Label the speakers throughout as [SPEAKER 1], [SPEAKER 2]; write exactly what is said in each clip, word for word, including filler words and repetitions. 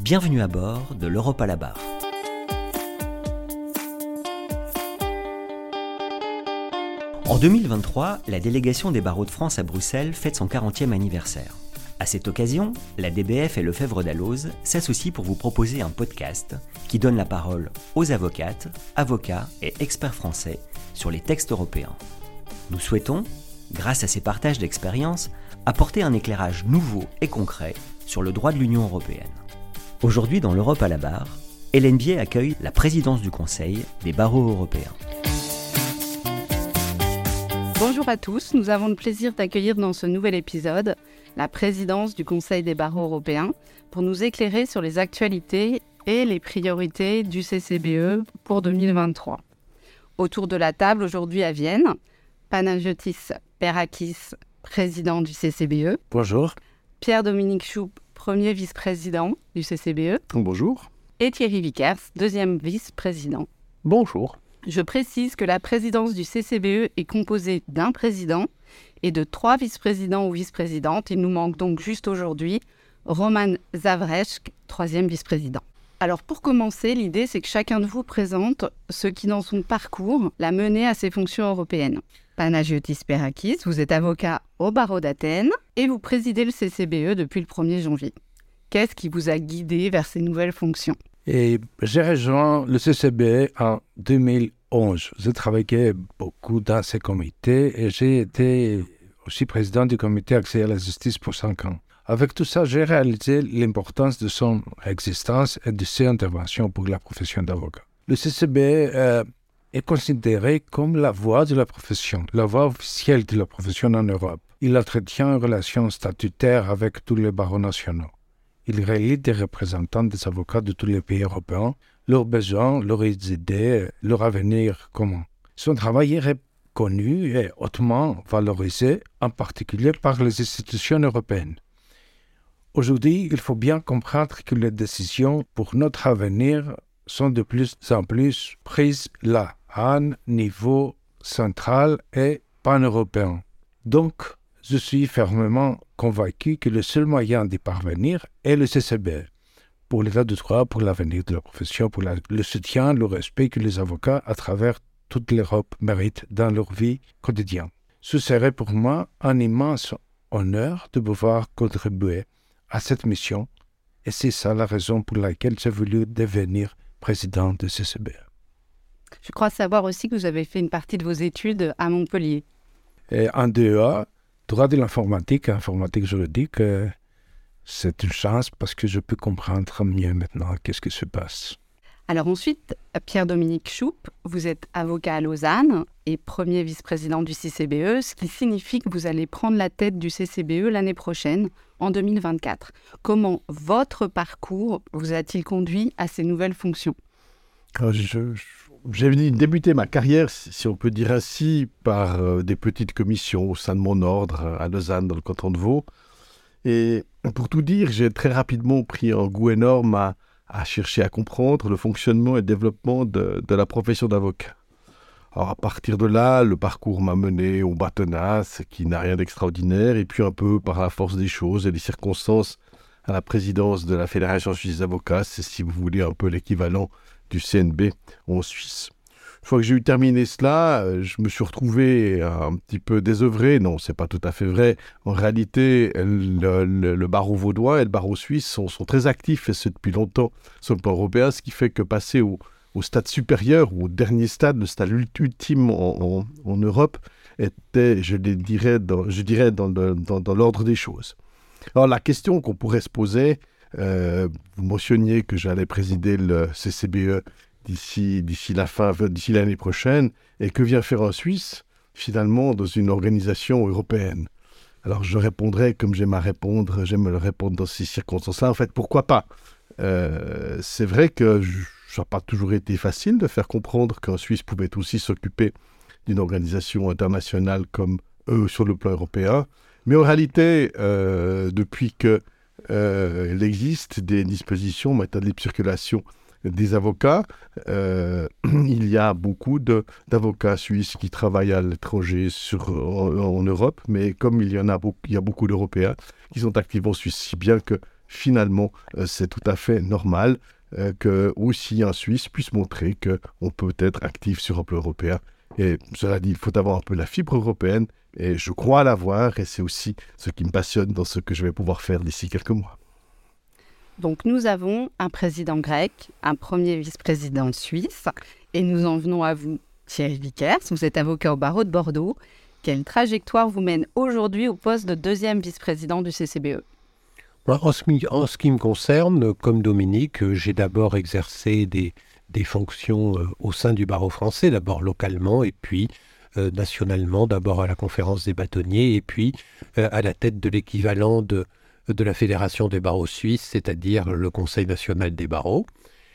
[SPEAKER 1] Bienvenue à bord de l'Europe à la barre. En deux mille vingt-trois, la délégation des barreaux de France à Bruxelles fête son quarantième anniversaire. À cette occasion, la D B F et Lefebvre d'Alloz s'associent pour vous proposer un podcast qui donne la parole aux avocates, avocats et experts français sur les textes européens. Nous souhaitons, grâce à ces partages d'expériences, apporter un éclairage nouveau et concret sur le droit de l'Union européenne. Aujourd'hui, dans l'Europe à la barre, Hélène Bier accueille la présidence du Conseil des barreaux européens.
[SPEAKER 2] Bonjour à tous, nous avons le plaisir d'accueillir dans ce nouvel épisode la présidence du Conseil des barreaux européens pour nous éclairer sur les actualités et les priorités du C C B E pour deux mille vingt-trois. Autour de la table aujourd'hui à Vienne, Panagiotis Perakis, président du C C B E.
[SPEAKER 3] Bonjour.
[SPEAKER 2] Pierre-Dominique Schoup, premier vice-président du C C B E.
[SPEAKER 3] Bonjour.
[SPEAKER 2] Et Thierry Vickers, deuxième vice-président.
[SPEAKER 3] Bonjour.
[SPEAKER 2] Je précise que la présidence du C C B E est composée d'un président et de trois vice-présidents ou vice-présidentes. Il nous manque donc juste aujourd'hui Roman Zavrešk, troisième vice-président. Alors pour commencer, l'idée c'est que chacun de vous présente ce qui dans son parcours l'a mené à ses fonctions européennes. Panagiotis Perakis, vous êtes avocat au barreau d'Athènes et vous présidez le C C B E depuis le premier janvier. Qu'est-ce qui vous a guidé vers ces nouvelles fonctions ?
[SPEAKER 3] Et j'ai rejoint le C C B E en deux mille onze. J'ai travaillé beaucoup dans ce comité et j'ai été aussi président du comité accès à la justice pour cinq ans. Avec tout ça, j'ai réalisé l'importance de son existence et de ses interventions pour la profession d'avocat. Le C C B E euh, est considéré comme la voix de la profession, la voix officielle de la profession en Europe. Il entretient une relation statutaire avec tous les barreaux nationaux. Il relie des représentants des avocats de tous les pays européens, leurs besoins, leurs idées, leur avenir commun. Son travail est reconnu et hautement valorisé, en particulier par les institutions européennes. Aujourd'hui, il faut bien comprendre que les décisions pour notre avenir sont de plus en plus prises là, à un niveau central et pan-européen. Donc, je suis fermement convaincu que le seul moyen d'y parvenir est le C C B E, pour l'état de droit, pour l'avenir de la profession, pour la, le soutien, le respect que les avocats à travers toute l'Europe méritent dans leur vie quotidienne. Ce serait pour moi un immense honneur de pouvoir contribuer à cette mission, et c'est ça la raison pour laquelle j'ai voulu devenir président de C C B E.
[SPEAKER 2] Je crois savoir aussi que vous avez fait une partie de vos études à Montpellier.
[SPEAKER 3] Et en D E A, droit de l'informatique, informatique juridique, euh, c'est une chance parce que je peux comprendre mieux maintenant qu'est-ce qui se passe.
[SPEAKER 2] Alors ensuite, Pierre-Dominique Schoup, vous êtes avocat à Lausanne et premier vice-président du C C B E, ce qui signifie que vous allez prendre la tête du C C B E l'année prochaine, en deux mille vingt-quatre. Comment votre parcours vous a-t-il conduit à ces nouvelles fonctions ?
[SPEAKER 4] Alors, je, je, j'ai débuté ma carrière, si on peut dire ainsi, par euh, des petites commissions au sein de mon ordre à Lausanne, dans le canton de Vaud. Et pour tout dire, j'ai très rapidement pris un goût énorme à, à chercher à comprendre le fonctionnement et le développement de, de la profession d'avocat. Alors à partir de là, le parcours m'a mené au bâtonnat, ce qui n'a rien d'extraordinaire, et puis un peu par la force des choses et des circonstances à la présidence de la Fédération suisse des avocats, c'est si vous voulez un peu l'équivalent du C N B en Suisse. Une fois que j'ai eu terminé cela, je me suis retrouvé un petit peu désœuvré. Non, c'est pas tout à fait vrai. En réalité, le, le, le barreau vaudois et le barreau suisse sont, sont très actifs, et ce depuis longtemps, sur le plan européen, ce qui fait que passer au, au stade supérieur, ou au dernier stade, le stade ultime en, en, en Europe, était, je dirais, dans, je dirais dans, le, dans, dans l'ordre des choses. Alors la question qu'on pourrait se poser, euh, vous mentionniez que j'allais présider le C C B E d'ici, d'ici la fin, d'ici l'année prochaine, et que vient faire un Suisse, finalement, dans une organisation européenne ? Alors je répondrai comme j'aime à répondre, j'aime le répondre dans ces circonstances-là. En fait, pourquoi pas ? euh, C'est vrai que ça n'a pas toujours été facile de faire comprendre qu'un Suisse pouvait aussi s'occuper d'une organisation internationale comme eux sur le plan européen. Mais en réalité, euh, depuis qu'il euh, existe des dispositions en matière de libre circulation des avocats, euh, il y a beaucoup de, d'avocats suisses qui travaillent à l'étranger sur, en, en Europe, mais comme il y en a beaucoup, il y a beaucoup d'Européens qui sont actifs en Suisse, si bien que finalement, euh, c'est tout à fait normal euh, que aussi un Suisse puisse montrer qu'on peut être actif sur un plan européen. Et cela dit, il faut avoir un peu la fibre européenne, et je crois l'avoir, et c'est aussi ce qui me passionne dans ce que je vais pouvoir faire d'ici quelques mois.
[SPEAKER 2] Donc nous avons un président grec, un premier vice-président suisse, et nous en venons à vous, Thierry Vickers. Vous êtes avocat au barreau de Bordeaux. Quelle trajectoire vous mène aujourd'hui au poste de deuxième vice-président du C C B E ?
[SPEAKER 5] En ce, en ce qui me concerne, comme Dominique, j'ai d'abord exercé des, des fonctions au sein du barreau français, d'abord localement et puis euh, nationalement, d'abord à la conférence des bâtonniers et puis euh, à la tête de l'équivalent de, de la Fédération des barreaux suisses, c'est-à-dire le Conseil national des barreaux.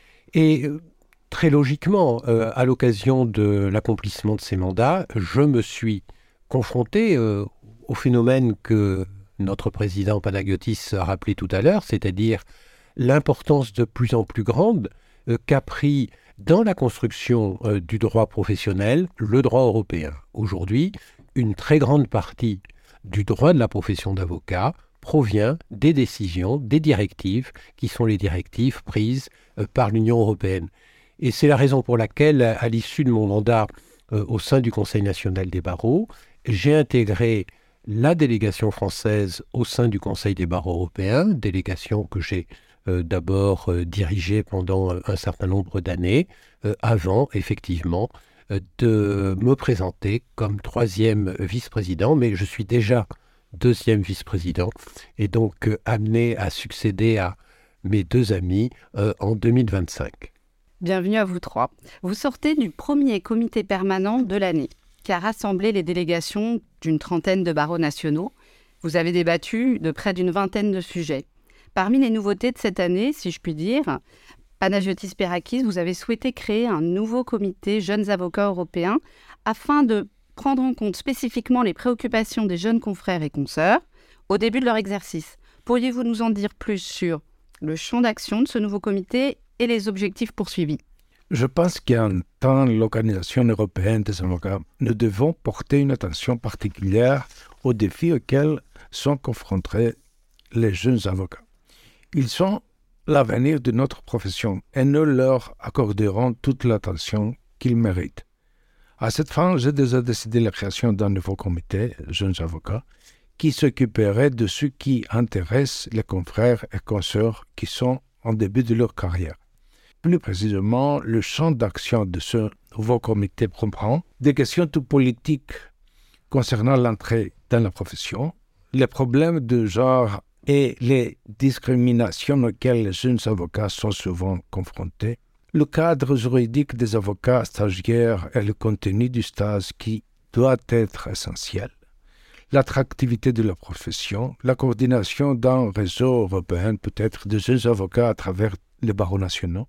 [SPEAKER 5] Et euh, très logiquement, euh, à l'occasion de l'accomplissement de ces mandats, je me suis confronté euh, au phénomène que notre président Panagiotis a rappelé tout à l'heure, c'est-à-dire l'importance de plus en plus grande euh, qu'a pris dans la construction euh, du droit professionnel le droit européen. Aujourd'hui, une très grande partie du droit de la profession d'avocat provient des décisions, des directives, qui sont les directives prises euh, par l'Union européenne. Et c'est la raison pour laquelle, à, à l'issue de mon mandat euh, au sein du Conseil national des barreaux, j'ai intégré la délégation française au sein du Conseil des barreaux européens, délégation que j'ai euh, d'abord euh, dirigée pendant un certain nombre d'années, euh, avant effectivement euh, de me présenter comme troisième vice-président, mais je suis déjà deuxième vice-président et donc euh, amené à succéder à mes deux amis euh, en deux mille vingt-cinq.
[SPEAKER 2] Bienvenue à vous trois. Vous sortez du premier comité permanent de l'année, qui a rassemblé les délégations d'une trentaine de barreaux nationaux. Vous avez débattu de près d'une vingtaine de sujets. Parmi les nouveautés de cette année, si je puis dire, Panagiotis Perakis, vous avez souhaité créer un nouveau comité jeunes avocats européens afin de prendre en compte spécifiquement les préoccupations des jeunes confrères et consoeurs au début de leur exercice. Pourriez-vous nous en dire plus sur le champ d'action de ce nouveau comité et les objectifs poursuivis ?
[SPEAKER 3] Je pense qu'en tant l'Organisation européenne des avocats, nous devons porter une attention particulière aux défis auxquels sont confrontés les jeunes avocats. Ils sont l'avenir de notre profession et nous leur accorderons toute l'attention qu'ils méritent. À cette fin, j'ai déjà décidé la création d'un nouveau comité, jeunes avocats, qui s'occuperait de ce qui intéresse les confrères et consoeurs qui sont en début de leur carrière. Plus précisément, le champ d'action de ce nouveau comité comprend des questions tout politiques concernant l'entrée dans la profession, les problèmes de genre et les discriminations auxquelles les jeunes avocats sont souvent confrontés, le cadre juridique des avocats stagiaires et le contenu du stage qui doit être essentiel, l'attractivité de la profession, la coordination d'un réseau européen peut-être de jeunes avocats à travers les barreaux nationaux,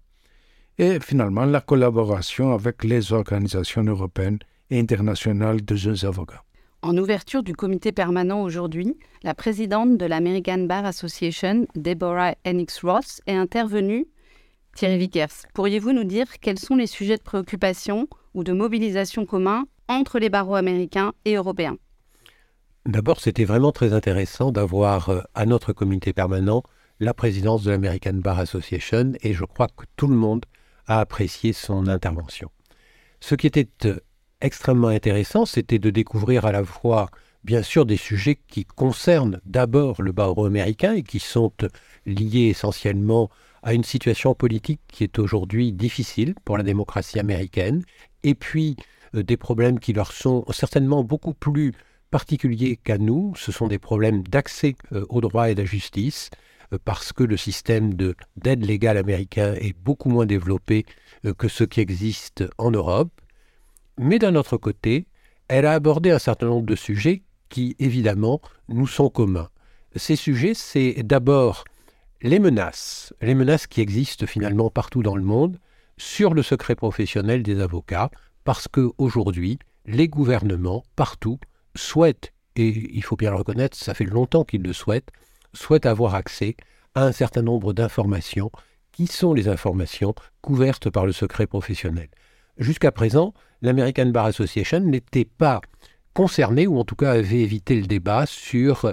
[SPEAKER 3] et finalement la collaboration avec les organisations européennes et internationales de jeunes avocats.
[SPEAKER 2] En ouverture du comité permanent aujourd'hui, la présidente de l'American Bar Association, Deborah Enix Ross, est intervenue. Thierry Vickers, pourriez-vous nous dire quels sont les sujets de préoccupation ou de mobilisation communs entre les barreaux américains et européens ?
[SPEAKER 5] D'abord, c'était vraiment très intéressant d'avoir euh, à notre comité permanent la présidence de l'American Bar Association et je crois que tout le monde a apprécié son intervention. Ce qui était euh, extrêmement intéressant, c'était de découvrir à la fois, bien sûr, des sujets qui concernent d'abord le barreau américain et qui sont euh, liés essentiellement à une situation politique qui est aujourd'hui difficile pour la démocratie américaine, et puis euh, des problèmes qui leur sont certainement beaucoup plus particuliers qu'à nous. Ce sont des problèmes d'accès euh, au droit et à la justice, euh, parce que le système de, d'aide légale américain est beaucoup moins développé euh, que ce qui existe en Europe. Mais d'un autre côté, elle a abordé un certain nombre de sujets qui, évidemment, nous sont communs. Ces sujets, c'est d'abord les menaces, les menaces qui existent finalement partout dans le monde sur le secret professionnel des avocats, parce qu'aujourd'hui, les gouvernements, partout, souhaitent, et il faut bien le reconnaître, ça fait longtemps qu'ils le souhaitent, souhaitent avoir accès à un certain nombre d'informations qui sont les informations couvertes par le secret professionnel. Jusqu'à présent, l'American Bar Association n'était pas concernée, ou en tout cas avait évité le débat sur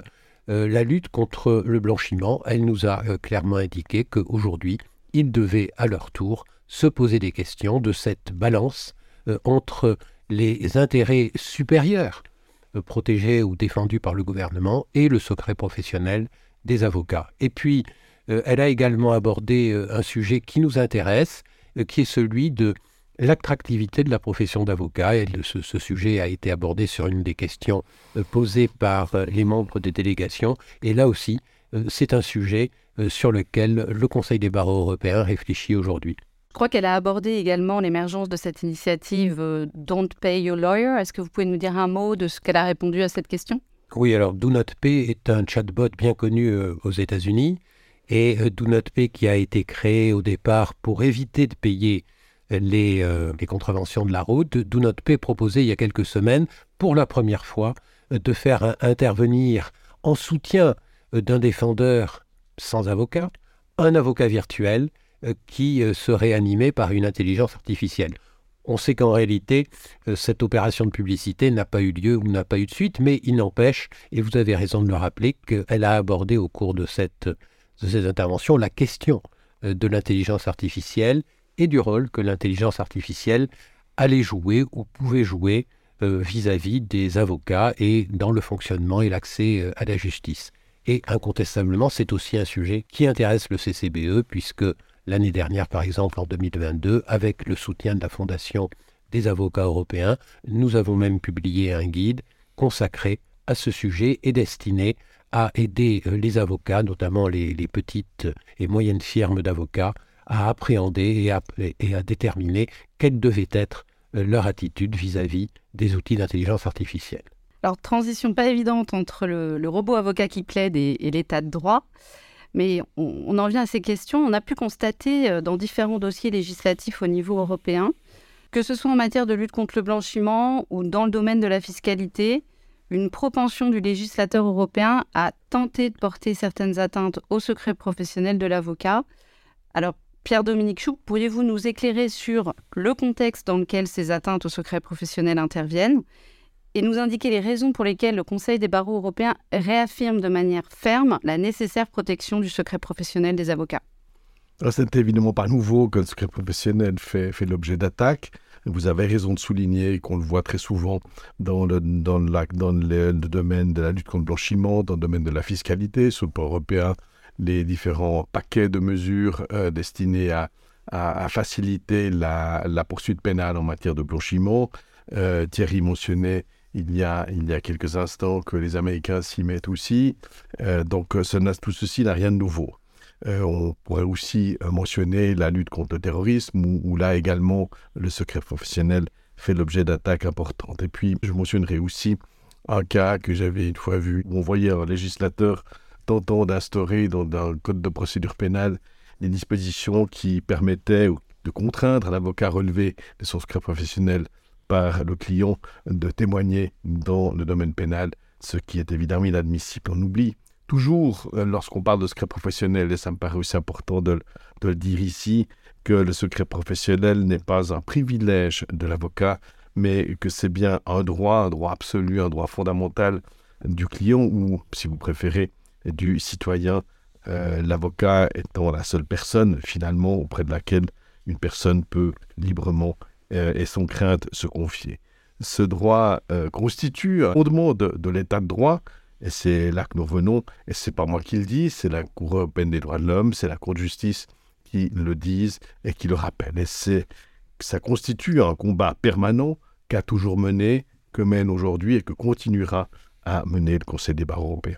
[SPEAKER 5] euh, la lutte contre le blanchiment. Elle nous a euh, clairement indiqué qu'aujourd'hui, ils devaient à leur tour se poser des questions de cette balance euh, entre les intérêts supérieurs euh, protégés ou défendus par le gouvernement et le secret professionnel des avocats. Et puis, euh, elle a également abordé euh, un sujet qui nous intéresse, euh, qui est celui de l'attractivité de la profession d'avocat. Et le, ce, ce sujet a été abordé sur une des questions euh, posées par euh, les membres des délégations. Et là aussi, euh, c'est un sujet euh, sur lequel le Conseil des barreaux européens réfléchit aujourd'hui.
[SPEAKER 2] Je crois qu'elle a abordé également l'émergence de cette initiative euh, Don't Pay Your Lawyer. Est-ce que vous pouvez nous dire un mot de ce qu'elle a répondu à cette question ?
[SPEAKER 5] Oui, alors Do Not Pay est un chatbot bien connu euh, aux États-Unis. Et euh, Do Not Pay, qui a été créé au départ pour éviter de payer les, euh, les contraventions de la route, Do Not Pay proposait il y a quelques semaines, pour la première fois, euh, de faire un, intervenir en soutien euh, d'un défendeur sans avocat, un avocat virtuel euh, qui euh, serait animé par une intelligence artificielle. On sait qu'en réalité, euh, cette opération de publicité n'a pas eu lieu ou n'a pas eu de suite, mais il n'empêche, et vous avez raison de le rappeler, qu'elle a abordé au cours de cette, de cette intervention la question euh, de l'intelligence artificielle et du rôle que l'intelligence artificielle allait jouer ou pouvait jouer euh, vis-à-vis des avocats et dans le fonctionnement et l'accès euh, à la justice. Et incontestablement, c'est aussi un sujet qui intéresse le C C B E, puisque l'année dernière, par exemple, en deux mille vingt-deux, avec le soutien de la Fondation des avocats européens, nous avons même publié un guide consacré à ce sujet et destiné à aider les avocats, notamment les, les petites et moyennes firmes d'avocats, à appréhender et à, et à déterminer quelle devait être leur attitude vis-à-vis des outils d'intelligence artificielle.
[SPEAKER 2] Alors, transition pas évidente entre le, le robot avocat qui plaide et, et l'état de droit. Mais on, on en vient à ces questions. On a pu constater dans différents dossiers législatifs au niveau européen, que ce soit en matière de lutte contre le blanchiment ou dans le domaine de la fiscalité, une propension du législateur européen à tenter de porter certaines atteintes au secret professionnel de l'avocat. Alors, Pierre-Dominique Chouc, pourriez-vous nous éclairer sur le contexte dans lequel ces atteintes au secret professionnel interviennent et nous indiquer les raisons pour lesquelles le Conseil des barreaux européens réaffirme de manière ferme la nécessaire protection du secret professionnel des avocats?
[SPEAKER 4] Alors, ce n'est évidemment pas nouveau que le secret professionnel fait, fait l'objet d'attaques. Vous avez raison de souligner qu'on le voit très souvent dans le, dans, la, dans le, le domaine de la lutte contre le blanchiment, dans le domaine de la fiscalité, sur le plan européen, les différents paquets de mesures euh, destinés à, à, à faciliter la, la poursuite pénale en matière de blanchiment. Euh, Thierry mentionnait il y, a, il y a quelques instants que les Américains s'y mettent aussi. Euh, donc ce, tout ceci n'a rien de nouveau. Euh, on pourrait aussi mentionner la lutte contre le terrorisme, où, où là également le secret professionnel fait l'objet d'attaques importantes. Et puis je mentionnerai aussi un cas que j'avais une fois vu, où on voyait un législateur tentant d'instaurer dans, dans le code de procédure pénale des dispositions qui permettaient de contraindre l'avocat relevé de son secret professionnel par le client de témoigner dans le domaine pénal, ce qui est évidemment inadmissible. On oublie toujours, lorsqu'on parle de secret professionnel, et ça me paraît aussi important de, de le dire ici, que le secret professionnel n'est pas un privilège de l'avocat, mais que c'est bien un droit, un droit absolu, un droit fondamental du client, ou, si vous préférez, du citoyen, euh, l'avocat étant la seule personne, finalement, auprès de laquelle une personne peut librement euh, et sans crainte se confier. Ce droit euh, constitue un fondement de, de l'état de droit, et c'est là que nous revenons, et c'est pas moi qui le dis, c'est la Cour européenne des droits de l'homme, c'est la Cour de justice qui le disent et qui le rappellent. Et c'est, ça constitue un combat permanent qu'a toujours mené, que mène aujourd'hui et que continuera à mener le Conseil des barreaux européens.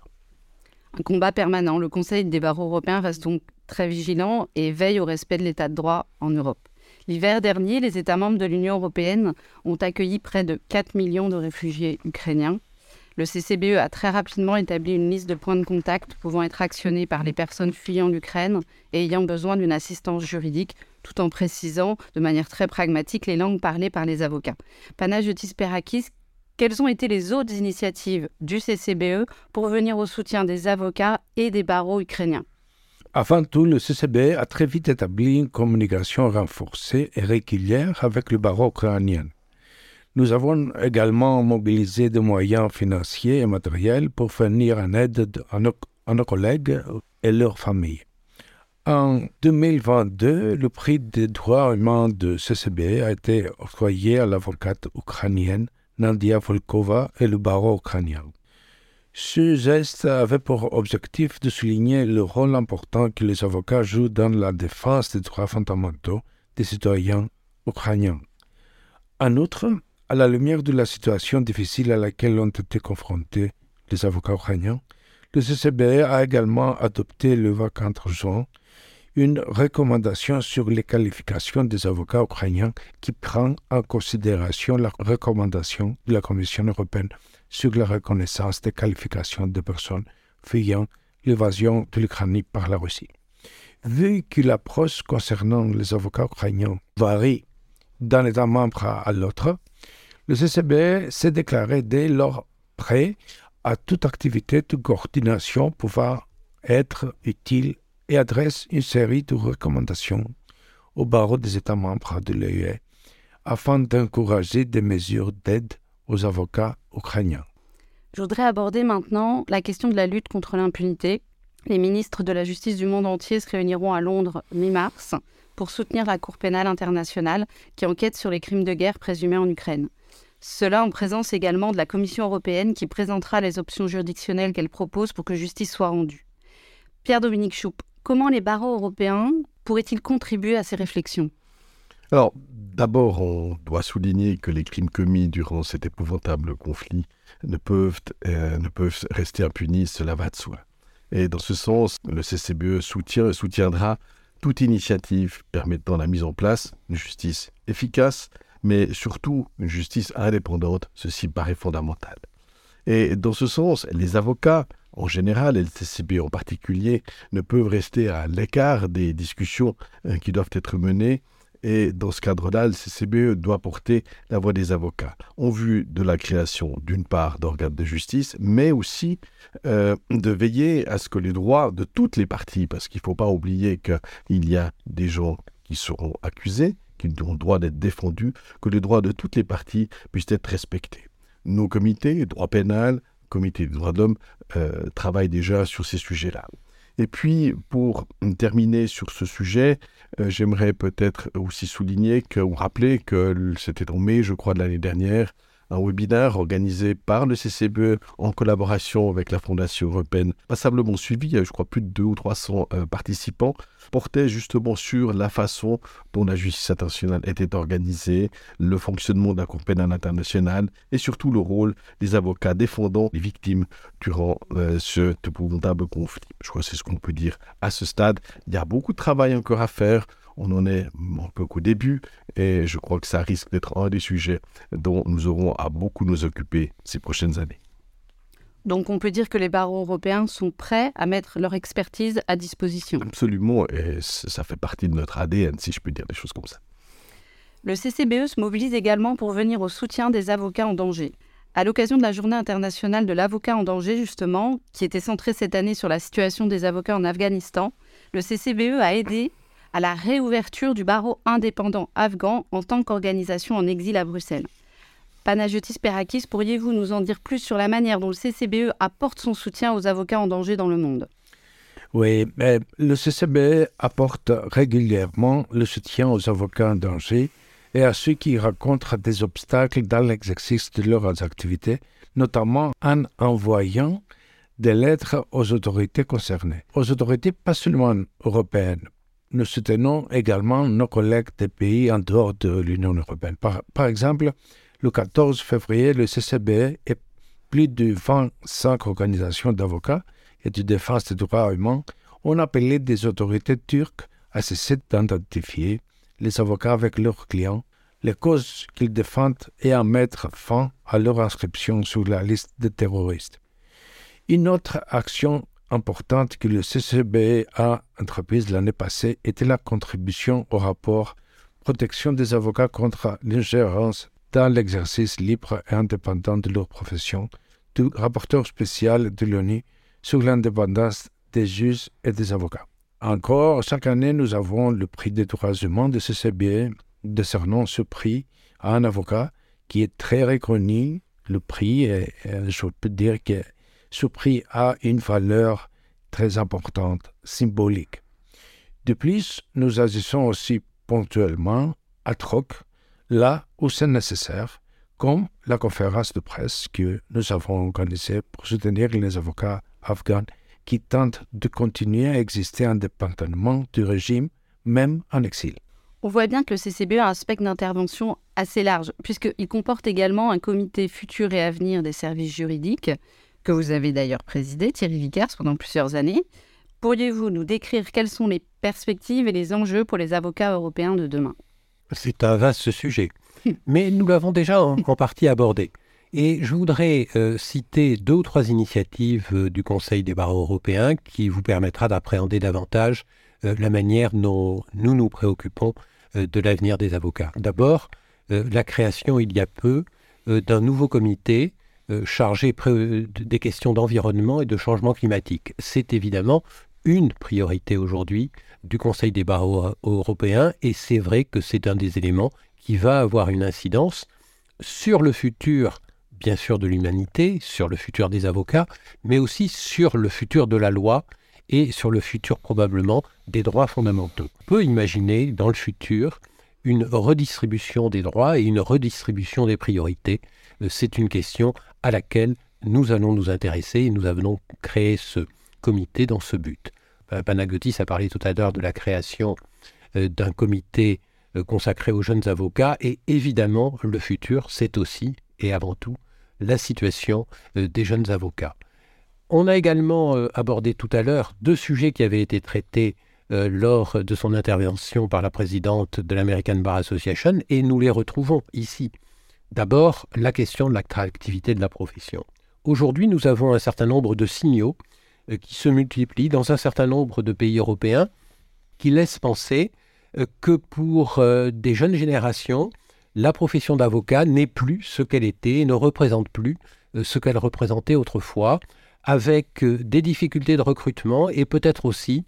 [SPEAKER 2] Un combat permanent. Le Conseil des barreaux européens reste donc très vigilant et veille au respect de l'état de droit en Europe. L'hiver dernier, les États membres de l'Union européenne ont accueilli près de quatre millions de réfugiés ukrainiens. Le C C B E a très rapidement établi une liste de points de contact pouvant être actionnés par les personnes fuyant l'Ukraine et ayant besoin d'une assistance juridique, tout en précisant de manière très pragmatique les langues parlées par les avocats. Panagiotis Perakis, quelles ont été les autres initiatives du C C B E pour venir au soutien des avocats et des barreaux ukrainiens?
[SPEAKER 3] Avant tout, le C C B E a très vite établi une communication renforcée et régulière avec le barreau ukrainien. Nous avons également mobilisé des moyens financiers et matériels pour venir en aide à nos, à nos collègues et leurs familles. En deux mille vingt-deux, le prix des droits humains de C C B a été octroyé à l'avocate ukrainienne Nadia Volkova et le barreau ukrainien. Ce geste avait pour objectif de souligner le rôle important que les avocats jouent dans la défense des droits fondamentaux des citoyens ukrainiens. En outre, à la lumière de la situation difficile à laquelle ont été confrontés les avocats ukrainiens, le C C B a également adopté le vingt-quatre juin une recommandation sur les qualifications des avocats ukrainiens qui prend en considération la recommandation de la Commission européenne sur la reconnaissance des qualifications des personnes fuyant l'invasion de l'Ukraine par la Russie. Vu que l'approche concernant les avocats ukrainiens varie d'un État membre à l'autre, le C C B s'est déclaré dès lors prêt à toute activité de coordination pouvant être utile et adresse une série de recommandations au barreau des États membres de l'E U afin d'encourager des mesures d'aide aux avocats ukrainiens.
[SPEAKER 2] Je voudrais aborder maintenant la question de la lutte contre l'impunité. Les ministres de la Justice du monde entier se réuniront à Londres mi-mars pour soutenir la Cour pénale internationale qui enquête sur les crimes de guerre présumés en Ukraine. Cela en présence également de la Commission européenne qui présentera les options juridictionnelles qu'elle propose pour que justice soit rendue. Pierre-Dominique Schoupp, comment les barreaux européens pourraient-ils contribuer à ces réflexions ?
[SPEAKER 4] Alors, d'abord, on doit souligner que les crimes commis durant cet épouvantable conflit ne peuvent, euh, ne peuvent rester impunis, cela va de soi. Et dans ce sens, le C C B E soutient et soutiendra toute initiative permettant la mise en place d'une justice efficace, mais surtout une justice indépendante, ceci paraît fondamental. Et dans ce sens, les avocats, en général, et le C C B en particulier, ne peuvent rester à l'écart des discussions euh, qui doivent être menées. Et dans ce cadre-là, le C C B E doit porter la voix des avocats, en vue de la création, d'une part, d'organes de justice, mais aussi euh, de veiller à ce que les droits de toutes les parties, parce qu'il ne faut pas oublier qu'il y a des gens qui seront accusés, qui ont le droit d'être défendus, que les droits de toutes les parties puissent être respectés. Nos comités, droit pénal, comité des droits de l'homme, euh, travaillent déjà sur ces sujets-là. Et puis, pour terminer sur ce sujet, euh, j'aimerais peut-être aussi souligner que, ou rappeler que c'était en mai, je crois, de l'année dernière, un webinaire organisé par le C C B E en collaboration avec la Fondation européenne, passablement suivi, il y a, je crois, plus de deux ou trois cents euh, participants, portait justement sur la façon dont la justice internationale était organisée, le fonctionnement de la Cour pénale internationale et surtout le rôle des avocats défendant les victimes durant euh, ce épouvantable conflit. Je crois que c'est ce qu'on peut dire à ce stade. Il y a beaucoup de travail encore à faire. On en est un peu qu'au début et je crois que ça risque d'être un des sujets dont nous aurons à beaucoup nous occuper ces prochaines années.
[SPEAKER 2] Donc on peut dire que les barreaux européens sont prêts à mettre leur expertise à disposition.
[SPEAKER 4] Absolument, et ça fait partie de notre A D N, si je peux dire des choses comme ça.
[SPEAKER 2] Le C C B E se mobilise également pour venir au soutien des avocats en danger. À l'occasion de la Journée internationale de l'avocat en danger, justement, qui était centrée cette année sur la situation des avocats en Afghanistan, le C C B E a aidé à la réouverture du barreau indépendant afghan en tant qu'organisation en exil à Bruxelles. Panagiotis Perakis, pourriez-vous nous en dire plus sur la manière dont le C C B E apporte son soutien aux avocats en danger dans le monde ?
[SPEAKER 3] Oui, mais le C C B E apporte régulièrement le soutien aux avocats en danger et à ceux qui rencontrent des obstacles dans l'exercice de leurs activités, notamment en envoyant des lettres aux autorités concernées. Aux autorités pas seulement européennes. Nous soutenons également nos collègues des pays en dehors de l'Union européenne. Par, par exemple, le quatorze février, le C C B E et plus de vingt-cinq organisations d'avocats et de défense des droits humains ont appelé des autorités turques à cesser d'identifier les avocats avec leurs clients, les causes qu'ils défendent et à mettre fin à leur inscription sur la liste des terroristes. Une autre action importante que le C C B E a entreprise l'année passée était la contribution au rapport « Protection des avocats contre l'ingérence dans l'exercice libre et indépendant de leur profession » du rapporteur spécial de l'ONU sur l'indépendance des juges et des avocats. Encore, chaque année, nous avons le prix des droits humains de C C B E, décernant ce prix à un avocat qui est très reconnu, le prix, et, et je peux dire que ce prix a une valeur très importante, symbolique. De plus, nous agissons aussi ponctuellement, ad hoc, là où c'est nécessaire, comme la conférence de presse que nous avons organisée pour soutenir les avocats afghans qui tentent de continuer à exister indépendamment du régime, même en exil.
[SPEAKER 2] On voit bien que le C C B E a un spectre d'intervention assez large, puisqu'il comporte également un comité futur et à venir des services juridiques, que vous avez d'ailleurs présidé, Thierry Vickers, pendant plusieurs années. Pourriez-vous nous décrire quelles sont les perspectives et les enjeux pour les avocats européens de demain ?
[SPEAKER 5] C'est un vaste sujet, mais nous l'avons déjà en, en partie abordé. Et je voudrais euh, citer deux ou trois initiatives euh, du Conseil des barreaux européens qui vous permettra d'appréhender davantage euh, la manière dont nous nous préoccupons euh, de l'avenir des avocats. D'abord, euh, la création il y a peu euh, d'un nouveau comité euh, chargé pré- des questions d'environnement et de changement climatique. C'est évidemment une priorité aujourd'hui du Conseil des barreaux européens et c'est vrai que c'est un des éléments qui va avoir une incidence sur le futur, bien sûr, de l'humanité, sur le futur des avocats, mais aussi sur le futur de la loi et sur le futur probablement des droits fondamentaux. On peut imaginer dans le futur une redistribution des droits et une redistribution des priorités. C'est une question à laquelle nous allons nous intéresser et nous avons créé ce comité dans ce but. Panagiotis a parlé tout à l'heure de la création euh, d'un comité euh, consacré aux jeunes avocats et évidemment le futur c'est aussi et avant tout la situation euh, des jeunes avocats. On a également euh, abordé tout à l'heure deux sujets qui avaient été traités euh, lors de son intervention par la présidente de l'American Bar Association et nous les retrouvons ici. D'abord, la question de l'attractivité de la profession. Aujourd'hui, nous avons un certain nombre de signaux qui se multiplient dans un certain nombre de pays européens qui laissent penser que pour des jeunes générations, la profession d'avocat n'est plus ce qu'elle était et ne représente plus ce qu'elle représentait autrefois, avec des difficultés de recrutement et peut-être aussi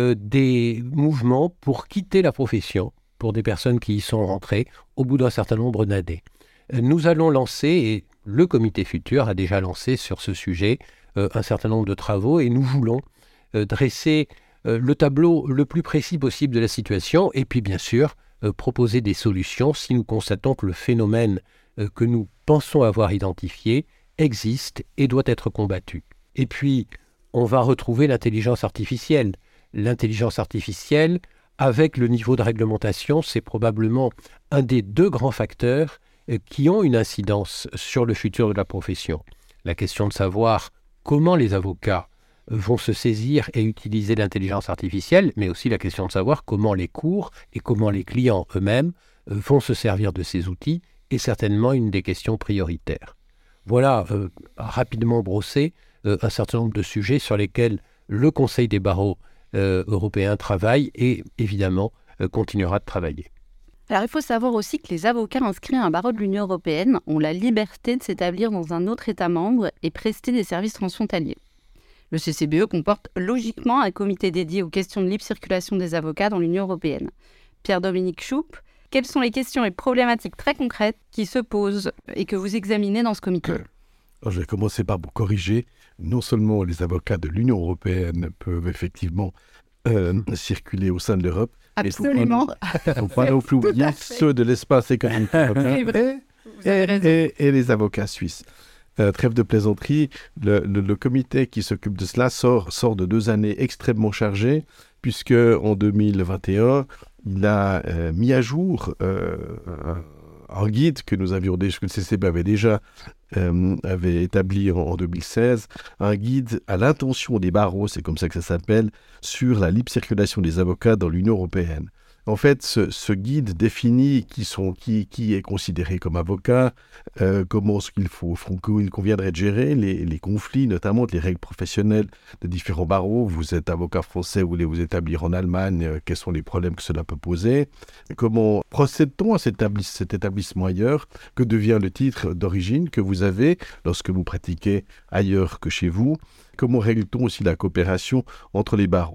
[SPEAKER 5] des mouvements pour quitter la profession pour des personnes qui y sont rentrées au bout d'un certain nombre d'années. Nous allons lancer, et le comité futur a déjà lancé sur ce sujet, Euh, un certain nombre de travaux et nous voulons euh, dresser euh, le tableau le plus précis possible de la situation et puis bien sûr euh, proposer des solutions si nous constatons que le phénomène euh, que nous pensons avoir identifié existe et doit être combattu. Et puis on va retrouver l'intelligence artificielle. L'intelligence artificielle avec le niveau de réglementation, c'est probablement un des deux grands facteurs euh, qui ont une incidence sur le futur de la profession. La question de savoir comment les avocats vont se saisir et utiliser l'intelligence artificielle, mais aussi la question de savoir comment les cours et comment les clients eux-mêmes vont se servir de ces outils est certainement une des questions prioritaires. Voilà, euh, rapidement brossé, euh, un certain nombre de sujets sur lesquels le Conseil des barreaux euh, européens travaille et évidemment euh, continuera de travailler.
[SPEAKER 2] Alors, il faut savoir aussi que les avocats inscrits à un barreau de l'Union européenne ont la liberté de s'établir dans un autre État membre et prester des services transfrontaliers. Le C C B E comporte logiquement un comité dédié aux questions de libre circulation des avocats dans l'Union européenne. Pierre-Dominique Schoupp, quelles sont les questions et problématiques très concrètes qui se posent et que vous examinez dans ce comité ?
[SPEAKER 4] Alors, je vais commencer par vous corriger. Non seulement les avocats de l'Union européenne peuvent effectivement euh, circuler au sein de l'Europe,
[SPEAKER 2] absolument.
[SPEAKER 4] Il ne faut pas non plus oublier ceux de l'espace économique européen et, et, et les avocats suisses. Euh, trêve de plaisanterie, le, le, le comité qui s'occupe de cela sort, sort de deux années extrêmement chargées, puisque en deux mille vingt et un, il a euh, mis à jour euh, un, un guide que nous avions déjà, que le C C B avait déjà euh, avait établi en, en deux mille seize, un guide à l'intention des barreaux, c'est comme ça que ça s'appelle, sur la libre circulation des avocats dans l'Union européenne. En fait, ce, ce guide définit qui, sont, qui, qui est considéré comme avocat, euh, comment ce qu'il faut, il conviendrait de gérer les, les conflits, notamment les règles professionnelles de différents barreaux. Vous êtes avocat français, vous voulez vous établir en Allemagne, euh, quels sont les problèmes que cela peut poser? Comment procède-t-on à cet, établis, cet établissement ailleurs? Que devient le titre d'origine que vous avez lorsque vous pratiquez ailleurs que chez vous? Comment règle-t-on aussi la coopération entre les barreaux?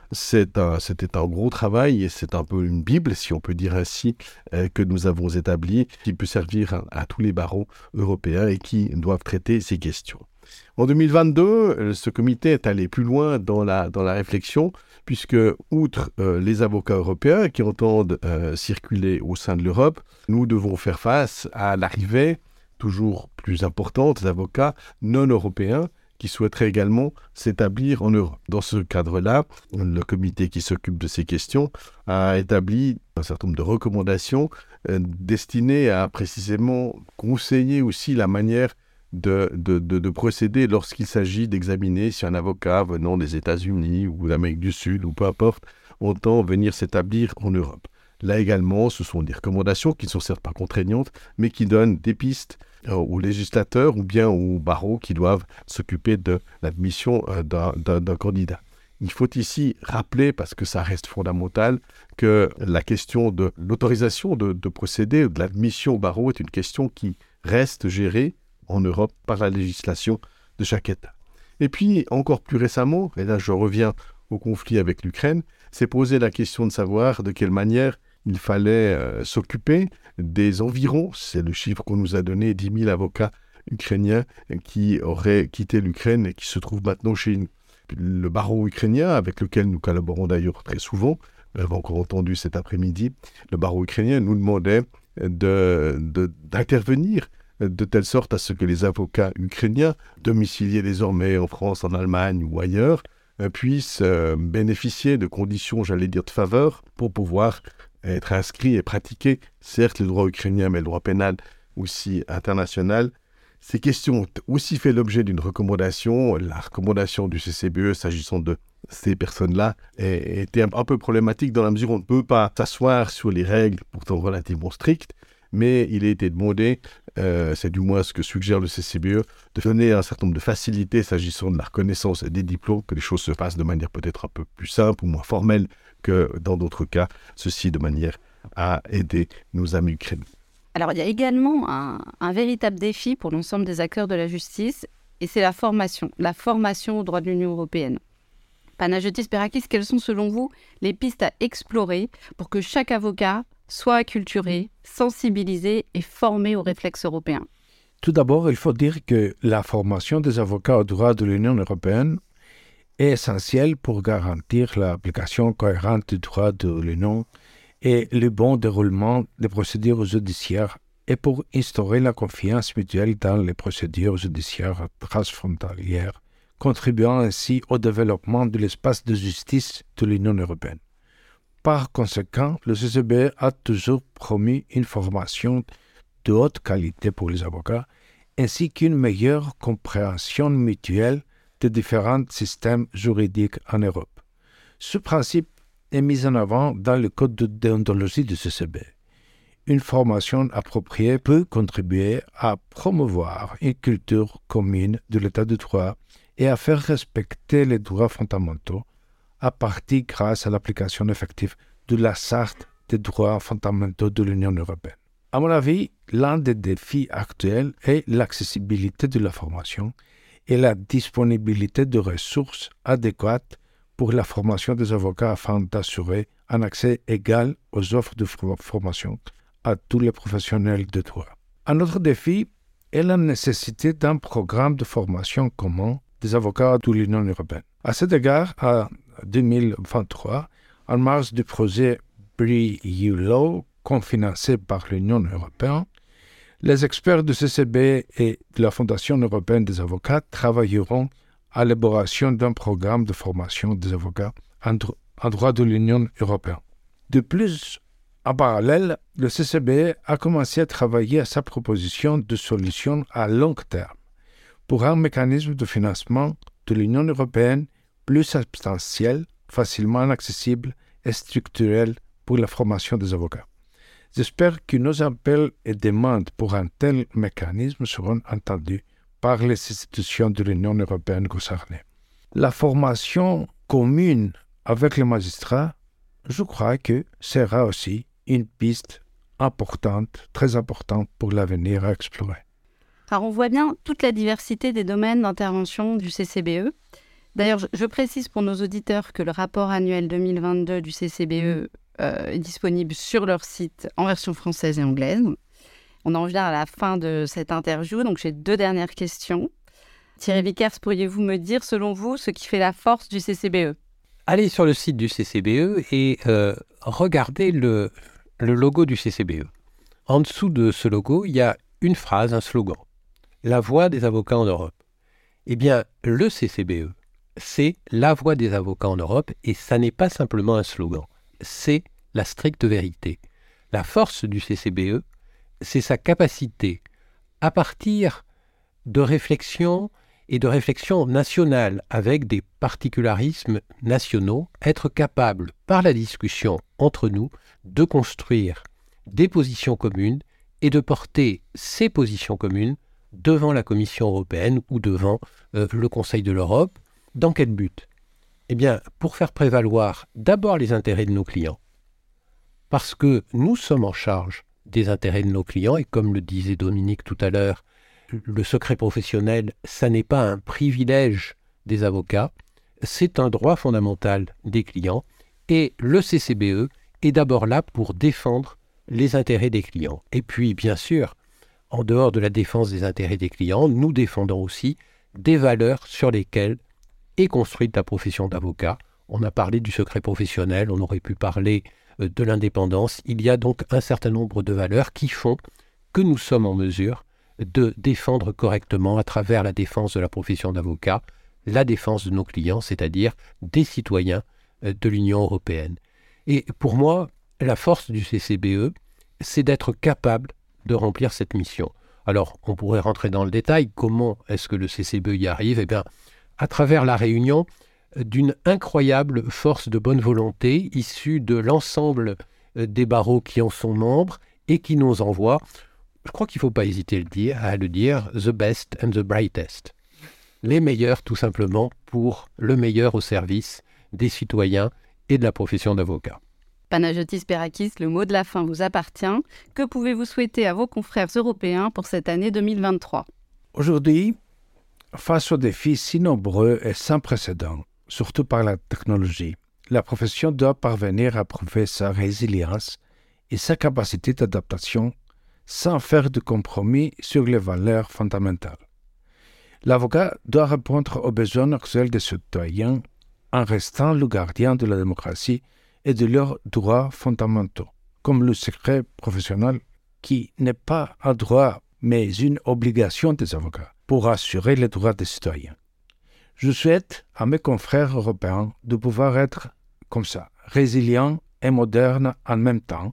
[SPEAKER 4] c'est un, c'était un gros travail et c'est un peu une bible, si on peut dire ainsi, euh, que nous avons établie, qui peut servir à, à tous les barreaux européens et qui doivent traiter ces questions. En deux mille vingt-deux, ce comité est allé plus loin dans la, dans la réflexion, puisque, outre euh, les avocats européens qui entendent euh, circuler au sein de l'Europe, nous devons faire face à l'arrivée toujours plus importante d'avocats non européens qui souhaiteraient également s'établir en Europe. Dans ce cadre-là, le comité qui s'occupe de ces questions a établi un certain nombre de recommandations euh, destinées à précisément conseiller aussi la manière de, de, de, de procéder lorsqu'il s'agit d'examiner si un avocat venant des États-Unis ou d'Amérique du Sud ou peu importe entend venir s'établir en Europe. Là également, ce sont des recommandations qui ne sont certes pas contraignantes, mais qui donnent des pistes euh, aux législateurs ou bien aux barreaux qui doivent s'occuper de l'admission euh, d'un, d'un, d'un candidat. Il faut ici rappeler, parce que ça reste fondamental, que la question de l'autorisation de, de procéder, de l'admission au barreau est une question qui reste gérée en Europe par la législation de chaque État. Et puis, encore plus récemment, et là je reviens au conflit avec l'Ukraine, s'est posé la question de savoir de quelle manière il fallait euh, s'occuper des environs, c'est le chiffre qu'on nous a donné, dix mille avocats ukrainiens qui auraient quitté l'Ukraine et qui se trouvent maintenant chez nous. Le barreau ukrainien, avec lequel nous collaborons d'ailleurs très souvent, nous l'avons encore entendu cet après-midi, le barreau ukrainien nous demandait de, de, d'intervenir de telle sorte à ce que les avocats ukrainiens, domiciliés désormais en France, en Allemagne ou ailleurs, puissent euh, bénéficier de conditions, j'allais dire, de faveur pour pouvoir être inscrits et pratiquer, certes, le droit ukrainien, mais le droit pénal aussi international. Ces questions ont aussi fait l'objet d'une recommandation. La recommandation du C C B E, s'agissant de ces personnes-là, était un peu problématique dans la mesure où on ne peut pas s'asseoir sur les règles, pourtant relativement strictes, mais il a été demandé, euh, c'est du moins ce que suggère le C C B E, de donner un certain nombre de facilités s'agissant de la reconnaissance des diplômes, que les choses se fassent de manière peut-être un peu plus simple ou moins formelle que dans d'autres cas, ceci de manière à aider nos amis ukrainiens.
[SPEAKER 2] Alors, il y a également un, un véritable défi pour l'ensemble des acteurs de la justice, et c'est la formation, la formation au droit de l'Union européenne. Panagiotis Perakis, quelles sont selon vous les pistes à explorer pour que chaque avocat soit acculturé, sensibilisé et formé aux réflexes européens?
[SPEAKER 3] Tout d'abord, il faut dire que la formation des avocats au droit de l'Union européenne est essentielle pour garantir l'application cohérente du droit de l'Union et le bon déroulement des procédures judiciaires et pour instaurer la confiance mutuelle dans les procédures judiciaires transfrontalières, contribuant ainsi au développement de l'espace de justice de l'Union européenne. Par conséquent, le C C B E a toujours promu une formation de haute qualité pour les avocats, ainsi qu'une meilleure compréhension mutuelle des différents systèmes juridiques en Europe. Ce principe est mis en avant dans le code de déontologie du C C B E. Une formation appropriée peut contribuer à promouvoir une culture commune de l'état de droit et à faire respecter les droits fondamentaux, à partir grâce à l'application effective de la Charte des droits fondamentaux de l'Union européenne. À mon avis, l'un des défis actuels est l'accessibilité de la formation et la disponibilité de ressources adéquates pour la formation des avocats afin d'assurer un accès égal aux offres de formation à tous les professionnels de droit. Un autre défi est la nécessité d'un programme de formation commun des avocats de l'Union européenne. À cet égard, en deux mille vingt-trois, en marge du projet Bree-U Law, cofinancé par l'Union européenne, les experts du C C B E et de la Fondation européenne des avocats travailleront à l'élaboration d'un programme de formation des avocats en, dro- en droit de l'Union européenne. De plus, en parallèle, le C C B E a commencé à travailler à sa proposition de solution à long terme pour un mécanisme de financement de l'Union européenne plus substantiel, facilement accessible et structurel pour la formation des avocats. J'espère que nos appels et demandes pour un tel mécanisme seront entendus par les institutions de l'Union européenne concernées. La formation commune avec les magistrats, je crois que sera aussi une piste importante, très importante pour l'avenir à explorer.
[SPEAKER 2] Alors on voit bien toute la diversité des domaines d'intervention du C C B E. D'ailleurs, je, je précise pour nos auditeurs que le rapport annuel deux mille vingt-deux du C C B E euh, est disponible sur leur site en version française et anglaise. On en vient à la fin de cette interview, donc j'ai deux dernières questions. Thierry Vickers, pourriez-vous me dire, selon vous, ce qui fait la force du C C B E ?
[SPEAKER 5] Allez sur le site du C C B E et euh, regardez le, le logo du C C B E. En dessous de ce logo, il y a une phrase, un slogan. La voix des avocats en Europe. Eh bien, le C C B E, c'est la voix des avocats en Europe et ça n'est pas simplement un slogan. C'est la stricte vérité. La force du C C B E, c'est sa capacité, à partir de réflexions et de réflexions nationales avec des particularismes nationaux, être capable, par la discussion entre nous, de construire des positions communes et de porter ces positions communes devant la Commission européenne ou devant euh, le Conseil de l'Europe. Dans quel but ? Eh bien, pour faire prévaloir d'abord les intérêts de nos clients, parce que nous sommes en charge des intérêts de nos clients, et comme le disait Dominique tout à l'heure, le secret professionnel, ça n'est pas un privilège des avocats, c'est un droit fondamental des clients, et le C C B E est d'abord là pour défendre les intérêts des clients. Et puis, bien sûr, en dehors de la défense des intérêts des clients, nous défendons aussi des valeurs sur lesquelles est construite la profession d'avocat. On a parlé du secret professionnel, on aurait pu parler de l'indépendance. Il y a donc un certain nombre de valeurs qui font que nous sommes en mesure de défendre correctement, à travers la défense de la profession d'avocat, la défense de nos clients, c'est-à-dire des citoyens de l'Union européenne. Et pour moi, la force du C C B E, c'est d'être capable de remplir cette mission. Alors, on pourrait rentrer dans le détail. Comment est-ce que le C C B E y arrive ? Eh bien, à travers la réunion d'une incroyable force de bonne volonté issue de l'ensemble des barreaux qui en sont membres et qui nous envoient, je crois qu'il ne faut pas hésiter à le dire, à le dire, the best and the brightest. Les meilleurs, tout simplement, pour le meilleur au service des citoyens et de la profession d'avocat.
[SPEAKER 2] Panagiotis Perakis, le mot de la fin vous appartient. Que pouvez-vous souhaiter à vos confrères européens pour cette année deux mille vingt-trois ?
[SPEAKER 3] Aujourd'hui, face aux défis si nombreux et sans précédent, surtout par la technologie, la profession doit parvenir à prouver sa résilience et sa capacité d'adaptation sans faire de compromis sur les valeurs fondamentales. L'avocat doit répondre aux besoins actuels des citoyens en restant le gardien de la démocratie et de leurs droits fondamentaux, comme le secret professionnel qui n'est pas un droit mais une obligation des avocats pour assurer les droits des citoyens. Je souhaite à mes confrères européens de pouvoir être comme ça, résilients et modernes en même temps,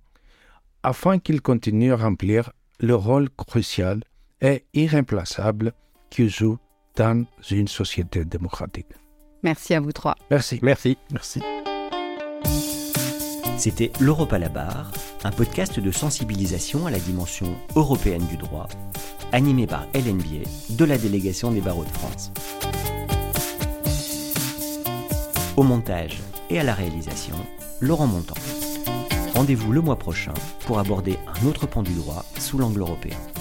[SPEAKER 3] afin qu'ils continuent à remplir le rôle crucial et irremplaçable qu'ils jouent dans une société démocratique.
[SPEAKER 2] Merci à vous trois.
[SPEAKER 3] Merci.
[SPEAKER 5] Merci.
[SPEAKER 4] Merci.
[SPEAKER 1] C'était L'Europe à la barre, un podcast de sensibilisation à la dimension européenne du droit, animé par Hélène Bier de la délégation des barreaux de France. Au montage et à la réalisation, Laurent Montant. Rendez-vous le mois prochain pour aborder un autre pan du droit sous l'angle européen.